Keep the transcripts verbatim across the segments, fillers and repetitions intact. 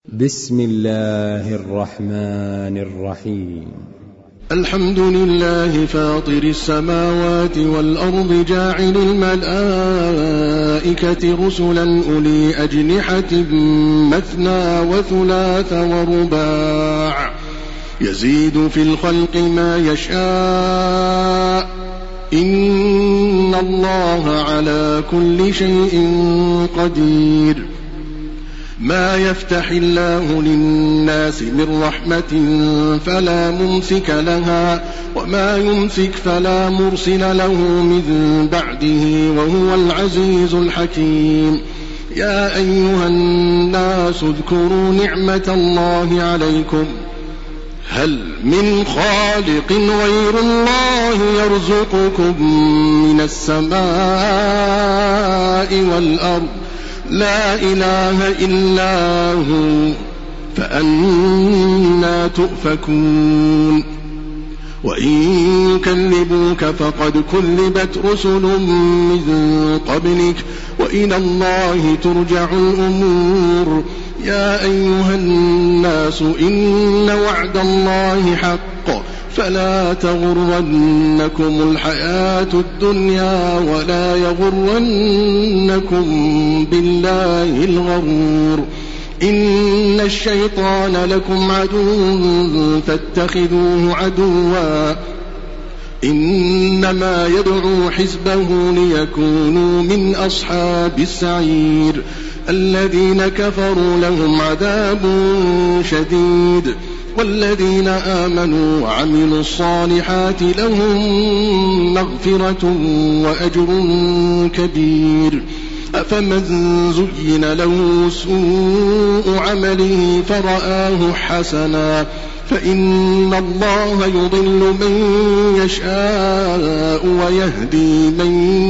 بسم الله الرحمن الرحيم. الحمد لله فاطر السماوات والأرض جاعل الملائكة رسلا أولي أجنحة مثنى وثلاث ورباع يزيد في الخلق ما يشاء إن الله على كل شيء قدير. ما يفتح الله للناس من رحمة فلا ممسك لها وما يمسك فلا مرسل له من بعده وهو العزيز الحكيم. يا أيها الناس اذكروا نعمة الله عليكم هل من خالق غير الله يرزقكم من السماء والأرض لا إله إلا هو فأنى تؤفكون. وإن يكذبوك فقد كذبت رسل من قبلك وإلى الله ترجع الأمور. يا أيها الناس إن وعد الله حق فلا تغرنكم الحياة الدنيا ولا يغرنكم بالله الغرور. إن الشيطان لكم عدو فاتخذوه عدوا إنما يدعو حزبه ليكونوا من أصحاب السعير. الذين كفروا لهم عذاب شديد والذين آمنوا وعملوا الصالحات لهم مغفرة وأجر كبير. أفمن زين له سوء عمله فرآه حسنا فإن الله يضل من يشاء ويهدي من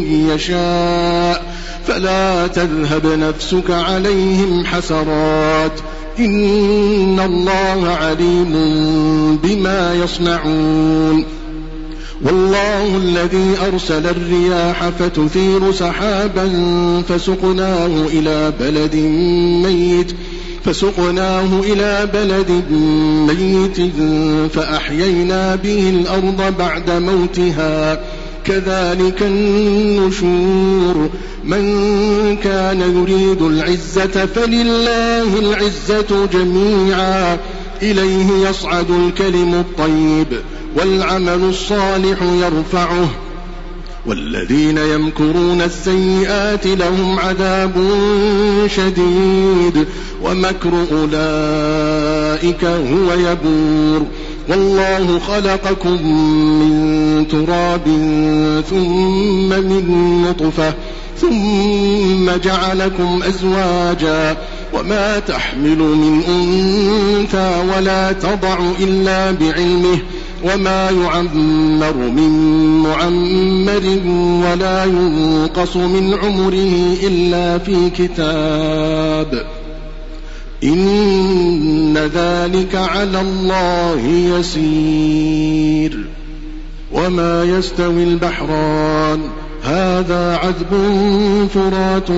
يشاء فلا تذهب نفسك عليهم حسرات إن الله عليم بما يصنعون. والله الذي أرسل الرياح فتثير سحابا فسقناه إلى بلد ميت فسقناه إلى بلد ميت فأحيينا به الأرض بعد موتها كذلك النشور. من كان يريد العزة فلله العزة جميعا إليه يصعد الكلم الطيب والعمل الصالح يرفعه والذين يمكرون السيئات لهم عذاب شديد ومكر أولئك هو يبور. والله خلقكم من تراب ثم من نطفة ثم جعلكم أزواجا وما تحمل من أنثى ولا تضع إلا بعلمه وما يعمر من معمر ولا ينقص من عمره إلا في كتاب إن ذلك على الله يسير. وما يستوي البحران هذا عذب فرات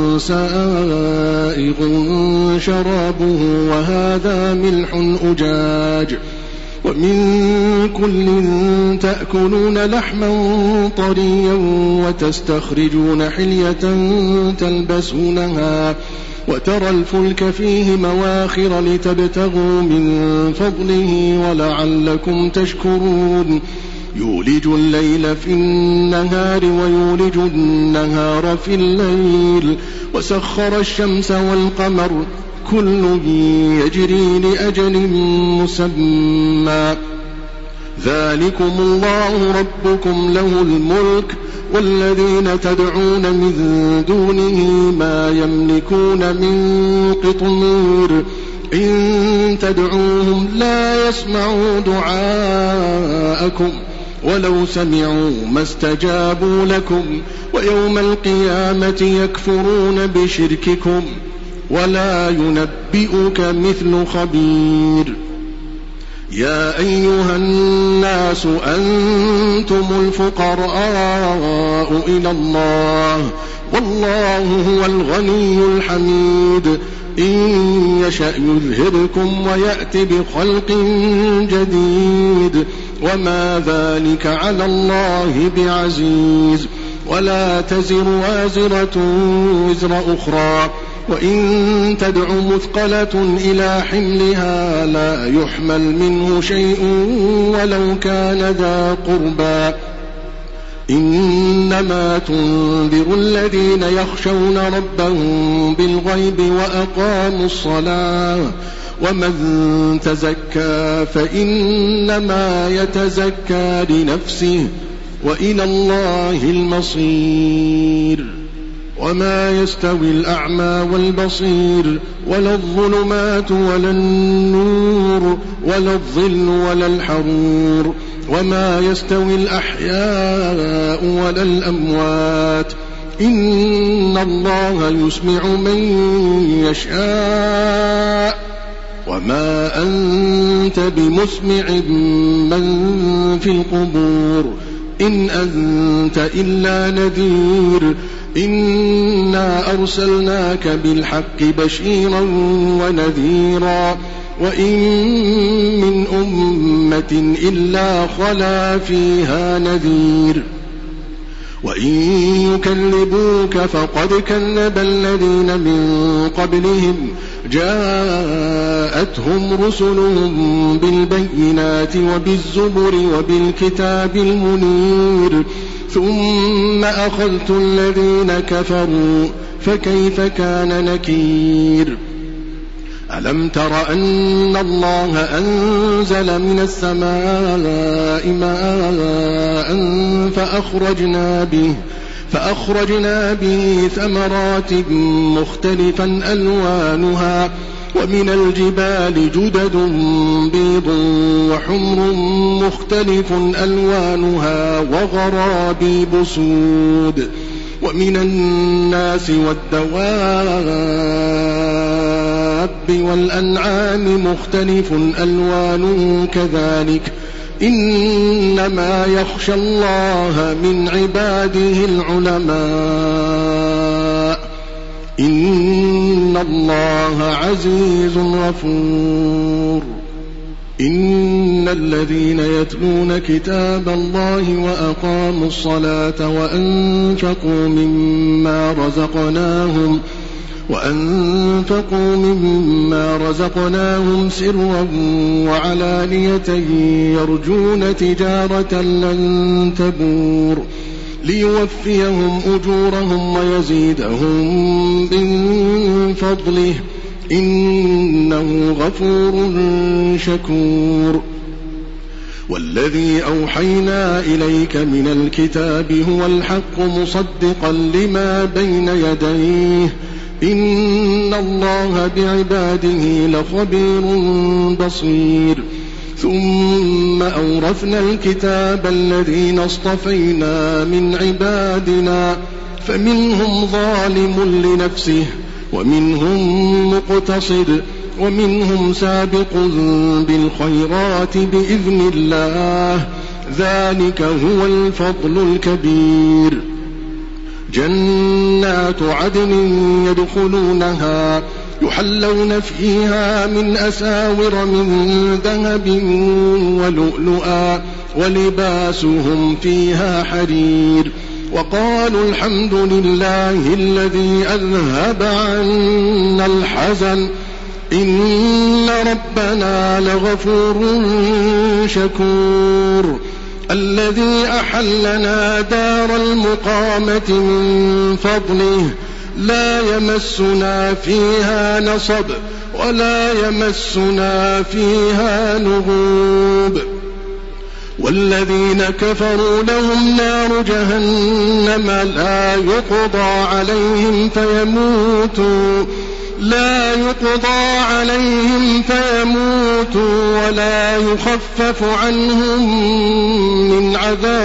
سائغ شرابه وهذا ملح أجاج ومن كل تأكلون لحما طريا وتستخرجون حلية تلبسونها وترى الفلك فيه مواخر لتبتغوا من فضله ولعلكم تشكرون. يولج الليل في النهار ويولج النهار في الليل وسخر الشمس والقمر كل يجري لأجل مسمى ذلكم الله ربكم له الملك والذين تدعون من دونه ما يملكون من قطمير إن تدعوهم لا يسمعوا دعاءكم ولو سمعوا ما استجابوا لكم ويوم القيامة يكفرون بشرككم ولا ينبئك مثل خبير. يا أيها الناس أنتم الفقراء إلى الله والله هو الغني الحميد إن يشأ يذهبكم ويأت بخلق جديد وما ذلك على الله بعزيز ولا تزر وازرة وزر أخرى وإن تدع مثقلة إلى حملها لا يحمل منه شيء ولو كان ذا قربى إنما تنذر الذين يخشون ربهم بالغيب وأقاموا الصلاة ومن تزكى فإنما يتزكى لنفسه وإلى الله المصير وما يستوي الأعمى والبصير ولا الظلمات ولا النور ولا الظل ولا الحرور وما يستوي الأحياء ولا الأموات إن الله يسمع من يشاء وما أنت بمسمع من في القبور إن أنت إلا نذير إنا أرسلناك بالحق بشيرا ونذيرا وإن من أمة إلا خلا فيها نذير وإن يكذبوك فقد كذب الذين من قبلهم جاءتهم رسلهم بالبينات وبالزبر وبالكتاب المنير ثم أخذت الذين كفروا فكيف كان نكير ألم تر أن الله أنزل من السماء ماء فأخرجنا به فأخرجنا به ثمرات مختلفا ألوانها ومن الجبال جدد بيض وحمر مختلف ألوانها وغرابيب سود ومن الناس والدواب والأنعام مختلف ألوانه كذلك إنما يخشى الله من عباده العلماء إن الله عزيز غفور إن الذين يتلون كتاب الله وأقاموا الصلاة وأنفقوا مما رزقناهم وأنفقوا مما رزقناهم سرا وعلانية يرجون تجارة لن تبور ليوفيهم أجورهم ويزيدهم من فضله إنه غفور شكور والذي أوحينا إليك من الكتاب هو الحق مصدقا لما بين يديه إن الله بعباده لخبير بصير ثم أورثنا الكتاب الذين اصطفينا من عبادنا فمنهم ظالم لنفسه ومنهم مقتصد ومنهم سابق بالخيرات بإذن الله ذلك هو الفضل الكبير جنات عدن يدخلونها يحلون فيها من أساور من ذهب ولؤلؤا ولباسهم فيها حرير وقالوا الحمد لله الذي أذهب عنا الحزن إن ربنا لغفور شكور الذي أحلنا دار المقامة من فضله لا يمسنا فيها نصب ولا يمسنا فيها لغوب والذين كفروا لهم نار جهنم لا يقضى عليهم فيموتوا لا يقضى عليهم فيموتوا ولا يخفف عنهم من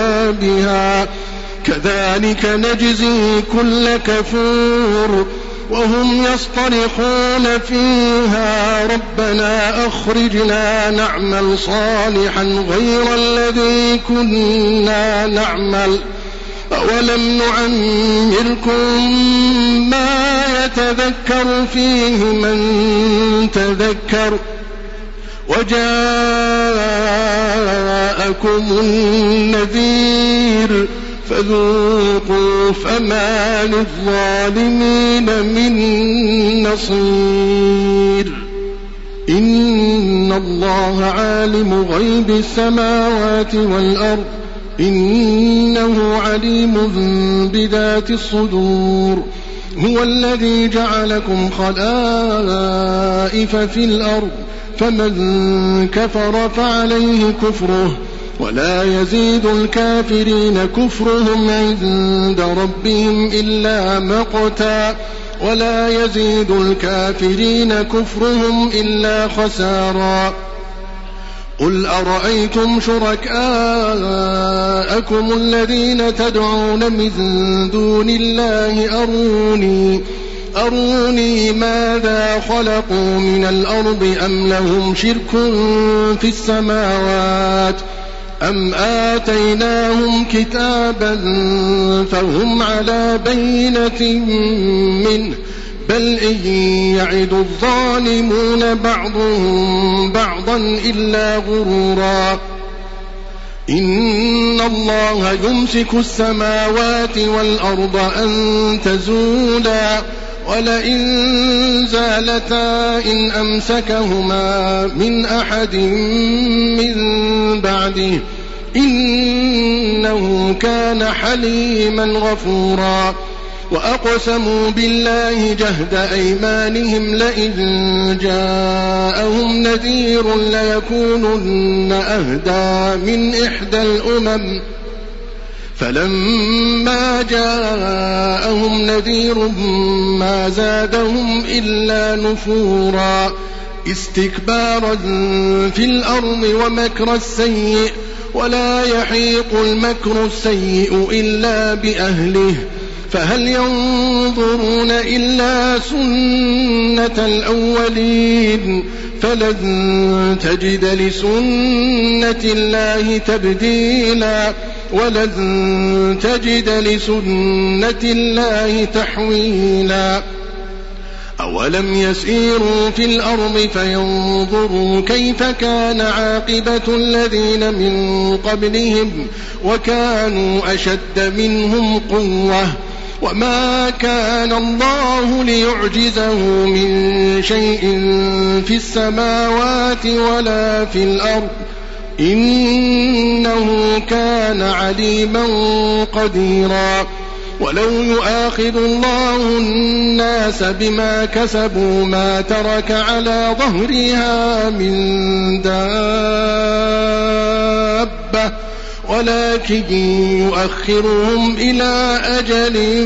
عذابها كذلك نجزي كل كفور وهم يصطرخون فيها ربنا أخرجنا نعمل صالحا غير الذي كنا نعمل أولم نعمركم ما يتذكر فيه من تذكر وجاءكم النذير فذوقوا فما للظالمين من نصير إن الله عالم غيب السماوات والأرض إنه عليم بذات الصدور هو الذي جعلكم خلائف في الأرض فمن كفر فعليه كفره ولا يزيد الكافرين كفرهم عند ربهم إلا مقتا ولا يزيد الكافرين كفرهم إلا خسارا قل أرأيتم شركاءكم الذين تدعون من دون الله أروني أروني ماذا خلقوا من الأرض أم لهم شرك في السماوات أم آتيناهم كتابا فهم على بينة منه بل إن يعد الظالمون بعضهم بعضا إلا غرورا إن الله يمسك السماوات والأرض أن تزولا ولئن زالتا إن أمسكهما من أحد من بعده إنه كان حليما غفورا وأقسموا بالله جهد أيمانهم لئن جاءهم نذير ليكونن أهدى من إحدى الأمم فلما جاءهم نذير ما زادهم إلا نفورا استكبارا في الأرض ومكر السيء ولا يحيق المكر السيء إلا بأهله فهل ينظرون إلا سنة الأولين فلن تجد لسنة الله تبديلا ولن تجد لسنة الله تحويلا أولم يسيروا في الأرض فينظروا كيف كان عاقبة الذين من قبلهم وكانوا أشد منهم قوة وما كان الله ليعجزه من شيء في السماوات ولا في الأرض إنه كان عليما قديرا ولو يؤاخذ الله الناس بما كسبوا ما ترك على ظهرها من دابة ولكن يؤخرهم إلى أجل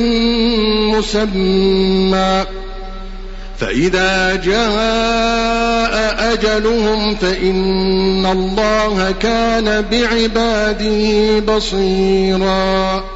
مسمى فإذا جاء أجلهم فإن الله كان بعباده بصيرا.